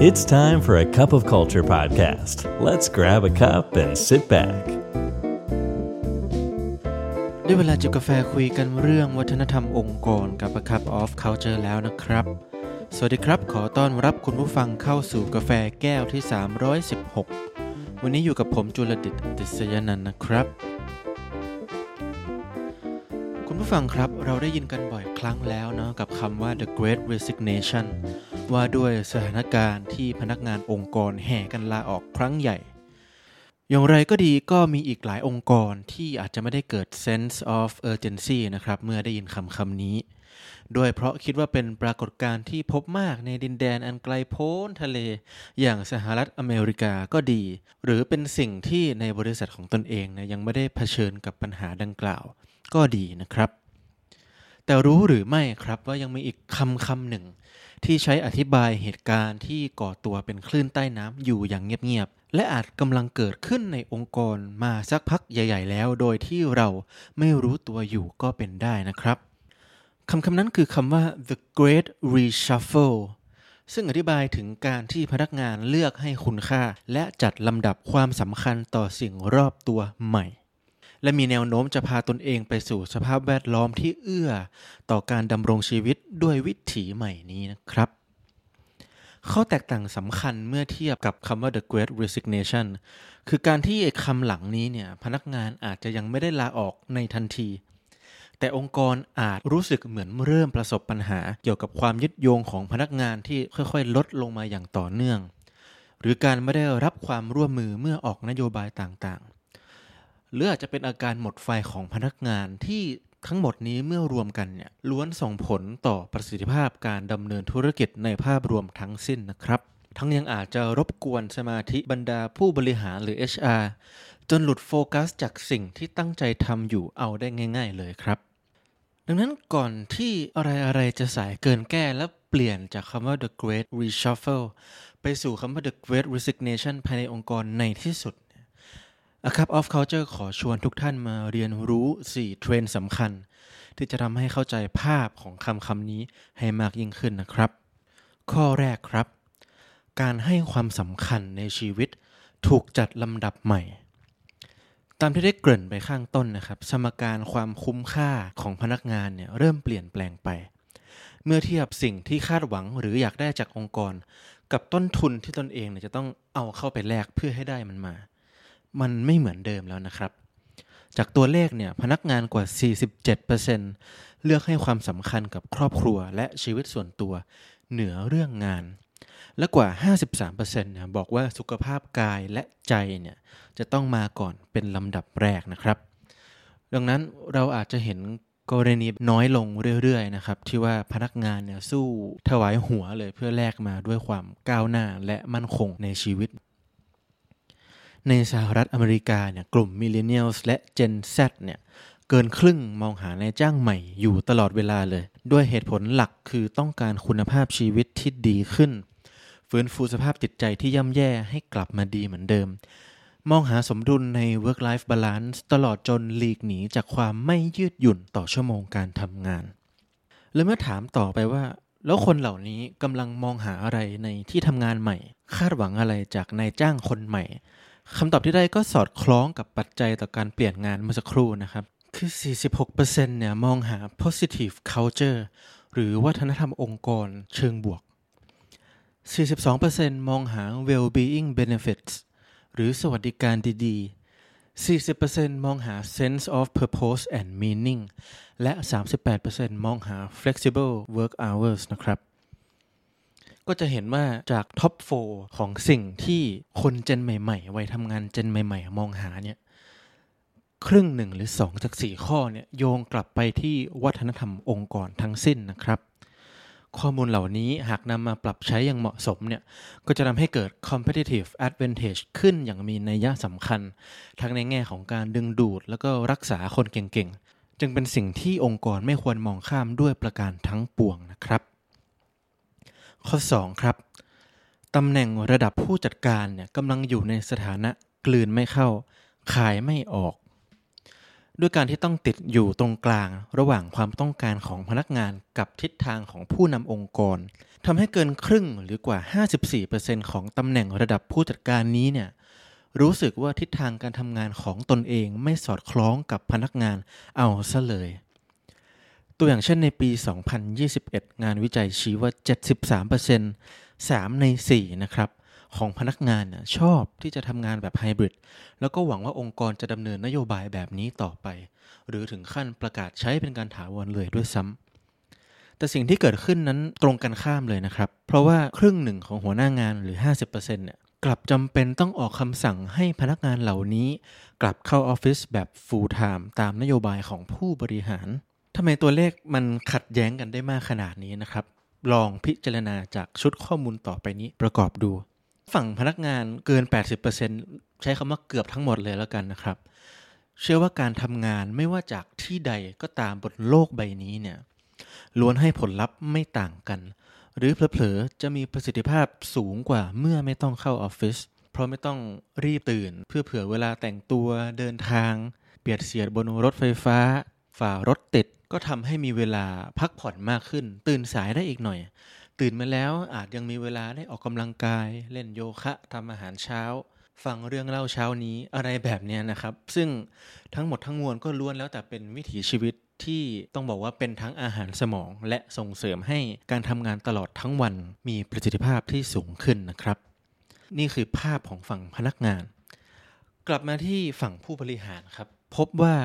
It's time for a cup of culture podcast. Let's grab a cup and sit back. ได้เวลาจิบกาแฟคุยกันเรื่องวัฒนธรรมองค์กรกับ A Cup of Culture แล้วนะครับสวัสดีครับขอต้อนรับคุณผู้ฟังเข้าสู่กาแฟแก้วที่316วันนี้อยู่กับผมจุลดิษฐ์ ดิษยนันท์นะครับคุณผู้ฟังครับเราได้ยินกันบ่อยครั้งแล้วเนาะกับคำว่า The Great Resignation ว่าด้วยสถานการณ์ที่พนักงานองค์กรแห่กันลาออกครั้งใหญ่อย่างไรก็ดีก็มีอีกหลายองค์กรที่อาจจะไม่ได้เกิด sense of urgency นะครับเมื่อได้ยินคำนี้ด้วยเพราะคิดว่าเป็นปรากฏการณ์ที่พบมากในดินแดนอันไกลโพ้นทะเลอย่างสหรัฐอเมริกาก็ดีหรือเป็นสิ่งที่ในบริษัทของตนเองนะยังไม่ได้เผชิญกับปัญหาดังกล่าวก็ดีนะครับแต่รู้หรือไม่ครับว่ายังมีอีกคำหนึ่งที่ใช้อธิบายเหตุการณ์ที่ก่อตัวเป็นคลื่นใต้น้ำอยู่อย่างเงียบๆและอาจกำลังเกิดขึ้นในองค์กรมาสักพักใหญ่ๆแล้วโดยที่เราไม่รู้ตัวอยู่ก็เป็นได้นะครับคำนั้นคือคำว่า The Great Reshuffle ซึ่งอธิบายถึงการที่พนักงานเลือกให้คุณค่าและจัดลำดับความสำคัญต่อสิ่งรอบตัวใหม่และมีแนวโน้มจะพาตนเองไปสู่สภาพแวดล้อมที่เอื้อต่อการดำรงชีวิตด้วยวิถีใหม่นี้นะครับข้อแตกต่างสำคัญเมื่อเทียบกับคำว่า The Great Resignation คือการที่คำหลังนี้เนี่ยพนักงานอาจจะยังไม่ได้ลาออกในทันทีแต่องค์กรอาจรู้สึกเหมือนเริ่มประสบปัญหาเกี่ยวกับความยึดโยงของพนักงานที่ค่อยๆลดลงมาอย่างต่อเนื่องหรือการไม่ได้รับความร่วมมือเมื่อออกนโยบายต่างๆหรืออาจจะเป็นอาการหมดไฟของพนักงานที่ทั้งหมดนี้เมื่อรวมกันเนี่ยล้วนส่งผลต่อประสิทธิภาพการดำเนินธุรกิจในภาพรวมทั้งสิ้นนะครับทั้งยังอาจจะรบกวนสมาธิบรรดาผู้บริหารหรือ HR จนหลุดโฟกัสจากสิ่งที่ตั้งใจทำอยู่เอาได้ง่ายๆเลยครับดังนั้นก่อนที่อะไรๆจะสายเกินแก้และเปลี่ยนจากคำว่า The Great Reshuffle ไปสู่คำว่า The Great Resignation ภายในองค์กรในที่สุดA Cup of Culture ขอชวนทุกท่านมาเรียนรู้4เทรนด์สำคัญที่จะทำให้เข้าใจภาพของคำนี้ให้มากยิ่งขึ้นนะครับข้อแรกครับการให้ความสำคัญในชีวิตถูกจัดลำดับใหม่ตามที่ได้เกริ่นไปข้างต้นนะครับสมการความคุ้มค่าของพนักงานเนี่ยเริ่มเปลี่ยนแปลงไปเมื่อเทียบสิ่งที่คาดหวังหรืออยากได้จากองค์กรกับต้นทุนที่ตนเองเนี่ยจะต้องเอาเข้าไปแลกเพื่อให้ได้มันไม่เหมือนเดิมแล้วนะครับจากตัวเลขเนี่ยพนักงานกว่า 47% เลือกให้ความสำคัญกับครอบครัวและชีวิตส่วนตัวเหนือเรื่องงานและกว่า 53% เนี่ยบอกว่าสุขภาพกายและใจเนี่ยจะต้องมาก่อนเป็นลำดับแรกนะครับดังนั้นเราอาจจะเห็นกรณีน้อยลงเรื่อยๆนะครับที่ว่าพนักงานเนี่ยสู้ถวายหัวเลยเพื่อแลกมาด้วยความก้าวหน้าและมั่นคงในชีวิตในสหรัฐอเมริกาเนี่ยกลุ่ม Millennials และ Gen Z เนี่ยเกินครึ่งมองหานายจ้างใหม่อยู่ตลอดเวลาเลยด้วยเหตุผลหลักคือต้องการคุณภาพชีวิตที่ดีขึ้นฟื้นฟูสภาพจิตใจที่ย่ำแย่ให้กลับมาดีเหมือนเดิมมองหาสมดุลใน work life balance ตลอดจนหลีกหนีจากความไม่ยืดหยุ่นต่อชั่วโมงการทำงานและเมื่อถามต่อไปว่าแล้วคนเหล่านี้กำลังมองหาอะไรในที่ทำงานใหม่คาดหวังอะไรจากนายจ้างคนใหม่คำตอบที่ได้ก็สอดคล้องกับปัจจัยต่อการเปลี่ยนงานเมื่อสักครู่นะครับคือ 46% เนี่ยมองหา positive culture หรือวัฒนธรรมองค์กรเชิงบวก 42% มองหา well-being benefits หรือสวัสดิการดีๆ 40% มองหา sense of purpose and meaning และ 38% มองหา flexible work hours นะครับก็จะเห็นว่าจากท็อป4ของสิ่งที่คนเจนใหม่ๆวัยทำงานเจนใหม่ๆมองหาเนี่ยครึ่งหนึ่งหรือ2จาก4ข้อเนี่ยโยงกลับไปที่วัฒนธรรมองค์กรทั้งสิ้นนะครับข้อมูลเหล่านี้หากนำมาปรับใช้อย่างเหมาะสมเนี่ยก็จะทำให้เกิด competitive advantage ขึ้นอย่างมีนัยสำคัญทั้งในแง่ของการดึงดูดแล้วก็รักษาคนเก่งๆจึงเป็นสิ่งที่องค์กรไม่ควรมองข้ามด้วยประการทั้งปวงนะครับข้อ2ครับตำแหน่งระดับผู้จัดการเนี่ยกำลังอยู่ในสถานะกลืนไม่เข้าขายไม่ออกด้วยการที่ต้องติดอยู่ตรงกลางระหว่างความต้องการของพนักงานกับทิศทางของผู้นำองค์กรทำให้เกินครึ่งหรือกว่า 54% ของตำแหน่งระดับผู้จัดการนี้เนี่ยรู้สึกว่าทิศทางการทำงานของตนเองไม่สอดคล้องกับพนักงานเอาซะเลยตัวอย่างเช่นในปี 2021 งานวิจัยชี้ว่า 73% 3 ใน 4 นะครับของพนักงานชอบที่จะทำงานแบบไฮบริดแล้วก็หวังว่าองค์กรจะดำเนินนโยบายแบบนี้ต่อไปหรือถึงขั้นประกาศใช้เป็นการถาวรเลยด้วยซ้ำแต่สิ่งที่เกิดขึ้นนั้นตรงกันข้ามเลยนะครับเพราะว่าครึ่งหนึ่งของหัวหน้างานหรือ 50% เนี่ยกลับจำเป็นต้องออกคำสั่งให้พนักงานเหล่านี้กลับเข้าออฟฟิศแบบ full time ตามนโยบายของผู้บริหารทำไมตัวเลขมันขัดแย้งกันได้มากขนาดนี้นะครับลองพิจารณาจากชุดข้อมูลต่อไปนี้ประกอบดูฝั่งพนักงานเกิน 80% ใช้คำว่าเกือบทั้งหมดเลยแล้วกันนะครับเชื่อว่าการทำงานไม่ว่าจากที่ใดก็ตามบนโลกใบนี้เนี่ยล้วนให้ผลลัพธ์ไม่ต่างกันหรือเผลอๆจะมีประสิทธิภาพสูงกว่าเมื่อไม่ต้องเข้าออฟฟิศเพราะไม่ต้องรีบตื่นเพื่อเผื่อเวลาแต่งตัวเดินทางเบียดเสียดบนรถไฟฟ้าฝ่ารถติดก็ทำให้มีเวลาพักผ่อนมากขึ้นตื่นสายได้อีกหน่อยตื่นมาแล้วอาจยังมีเวลาได้ออกกำลังกายเล่นโยคะทำอาหารเช้าฟังเรื่องเล่าเช้านี้อะไรแบบนี้นะครับซึ่งทั้งหมดทั้งมวลก็ล้วนแล้วแต่เป็นวิถีชีวิตที่ต้องบอกว่าเป็นทั้งอาหารสมองและส่งเสริมให้การทำงานตลอดทั้งวันมีประสิทธิภาพที่สูงขึ้นนะครับนี่คือภาพของฝั่งพนักงานกลับมาที่ฝั่งผู้บริหารครับพบว่า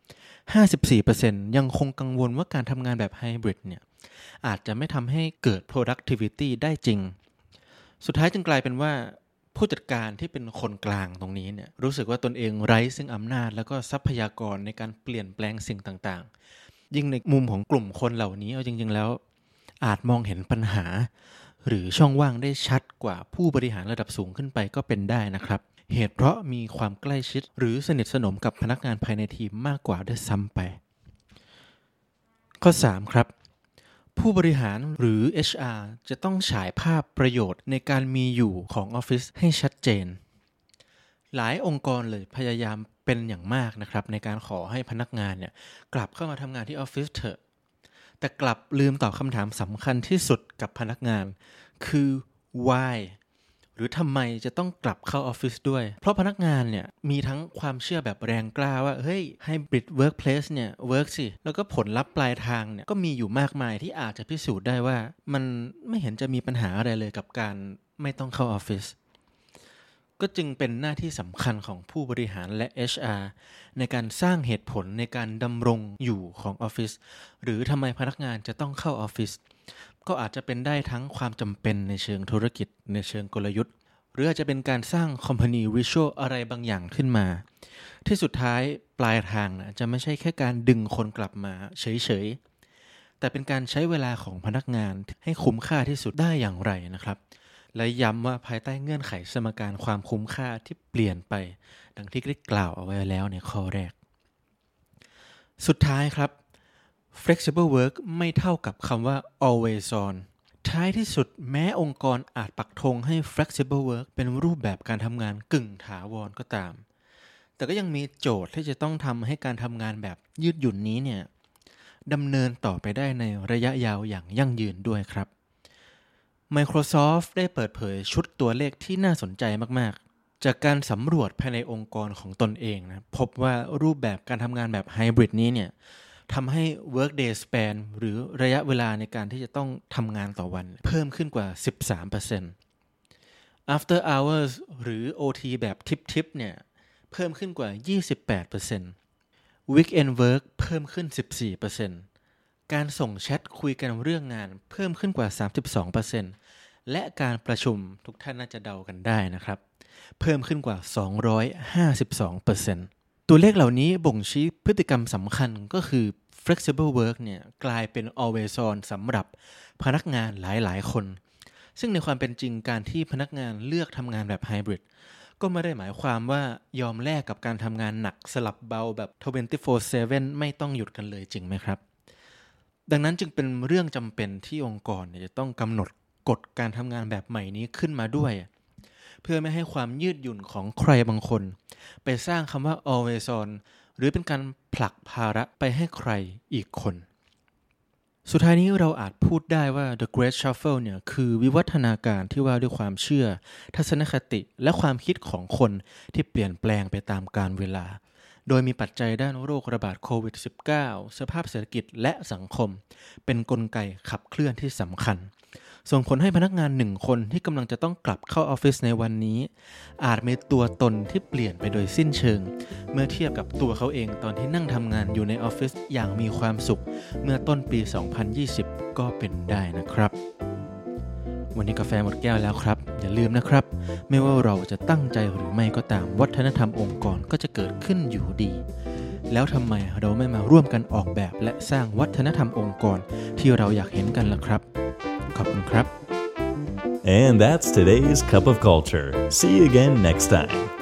54% ยังคงกังวลว่าการทำงานแบบไฮบริดเนี่ยอาจจะไม่ทำให้เกิด productivity ได้จริงสุดท้ายจึงกลายเป็นว่าผู้จัดการที่เป็นคนกลางตรงนี้เนี่ยรู้สึกว่าตนเองไร้ซึ่งอำนาจแล้วก็ทรัพยากรในการเปลี่ยนแปลงสิ่งต่างๆยิ่งในมุมของกลุ่มคนเหล่านี้เอาจริงๆแล้วอาจมองเห็นปัญหาหรือช่องว่างได้ชัดกว่าผู้บริหารระดับสูงขึ้นไปก็เป็นได้นะครับเหตุเพราะมีความใกล้ชิดหรือสนิทสนมกับพนักงานภายในทีมมากกว่าด้วยซ้ำไปข้อ 3 ครับผู้บริหารหรือ HR จะต้องฉายภาพประโยชน์ในการมีอยู่ของออฟฟิศให้ชัดเจนหลายองค์กรเลยพยายามเป็นอย่างมากนะครับในการขอให้พนักงานเนี่ยกลับเข้ามาทำงานที่ออฟฟิศเถอะแต่กลับลืมตอบคำถามสำคัญที่สุดกับพนักงานคือ whyหรือทำไมจะต้องกลับเข้าออฟฟิศด้วยเพราะพนักงานเนี่ยมีทั้งความเชื่อแบบแรงกล้าว่าเฮ้ย Hybrid Workplace เนี่ยเวิร์กสิแล้วก็ผลลัพธ์ปลายทางเนี่ยก็มีอยู่มากมายที่อาจจะพิสูจน์ได้ว่ามันไม่เห็นจะมีปัญหาอะไรเลยกับการไม่ต้องเข้าออฟฟิศก็จึงเป็นหน้าที่สำคัญของผู้บริหารและ HR ในการสร้างเหตุผลในการดำรงอยู่ของออฟฟิศหรือทำไมพนักงานจะต้องเข้าออฟฟิศก็อาจจะเป็นได้ทั้งความจำเป็นในเชิงธุรกิจในเชิงกลยุทธ์หรืออาจจะเป็นการสร้าง company visual อะไรบางอย่างขึ้นมาที่สุดท้ายปลายทางจะไม่ใช่แค่การดึงคนกลับมาเฉยๆแต่เป็นการใช้เวลาของพนักงานให้คุ้มค่าที่สุดได้อย่างไรนะครับและย้ำว่าภายใต้เงื่อนไขสมการความคุ้มค่าที่เปลี่ยนไปดังที่ได้กล่าวเอาไว้แล้วในข้อแรกสุดท้ายครับ flexible work ไม่เท่ากับคำว่า always on ท้ายที่สุดแม้องค์กรอาจปักธงให้ flexible work เป็นรูปแบบการทำงานกึ่งถาวรก็ตามแต่ก็ยังมีโจทย์ที่จะต้องทำให้การทำงานแบบยืดหยุ่นนี้เนี่ยดำเนินต่อไปได้ในระยะยาวอย่างยั่งยืนด้วยครับ Microsoft ได้เปิดเผยชุดตัวเลขที่น่าสนใจมากๆจากการสำรวจภายในองค์กรของตนเองนะพบว่ารูปแบบการทำงานแบบไฮบริดนี้เนี่ยทำให้ workday span หรือระยะเวลาในการที่จะต้องทำงานต่อวันเพิ่มขึ้นกว่า 13% after hours หรือ OT แบบทิปๆเนี่ยเพิ่มขึ้นกว่า 28% weekend work เพิ่มขึ้น 14%การส่งแชทคุยกันเรื่องงานเพิ่มขึ้นกว่า 32% และการประชุมทุกท่านน่าจะเดากันได้นะครับเพิ่มขึ้นกว่า 252%ตัวเลขเหล่านี้บ่งชี้พฤติกรรมสำคัญก็คือ flexible work เนี่ยกลายเป็น always on สำหรับพนักงานหลายๆคนซึ่งในความเป็นจริงการที่พนักงานเลือกทำงานแบบไฮบริดก็ไม่ได้หมายความว่ายอมแลกกับการทำงานหนักสลับเบาแบบ 24/7 ไม่ต้องหยุดกันเลยจริงไหมครับดังนั้นจึงเป็นเรื่องจำเป็นที่องค์กรจะต้องกำหนดกฎการทำงานแบบใหม่นี้ขึ้นมาด้วยเพื่อไม่ให้ความยืดหยุ่นของใครบางคนไปสร้างคำว่า always on หรือเป็นการผลักภาระไปให้ใครอีกคนสุดท้ายนี้เราอาจพูดได้ว่า The Great Shuffle เนี่ยคือวิวัฒนาการที่ว่าด้วยความเชื่อทัศนคติและความคิดของคนที่เปลี่ยนแปลงไปตามกาลเวลาโดยมีปัจจัยด้านโรคระบาดโควิด -19 สภาพเศรษฐกิจและสังคมเป็นกลไกขับเคลื่อนที่สำคัญส่งผลให้พนักงาน1คนที่กำลังจะต้องกลับเข้าออฟฟิศในวันนี้อาจมีตัวตนที่เปลี่ยนไปโดยสิ้นเชิงเมื่อเทียบกับตัวเขาเองตอนที่นั่งทำงานอยู่ในออฟฟิศอย่างมีความสุขเมื่อต้นปี 2020 ก็เป็นได้นะครับวันนี้กาแฟหมดแก้วแล้วครับอย่าลืมนะครับไม่ว่าเราจะตั้งใจหรือไม่ก็ตามวัฒนธรรมองค์กรก็จะเกิดขึ้นอยู่ดีแล้วทำไมเราไม่มาร่วมกันออกแบบและสร้างวัฒนธรรมองค์กรที่เราอยากเห็นกันล่ะครับขอบคุณครับ And that's today's Cup of Culture. See you again next time.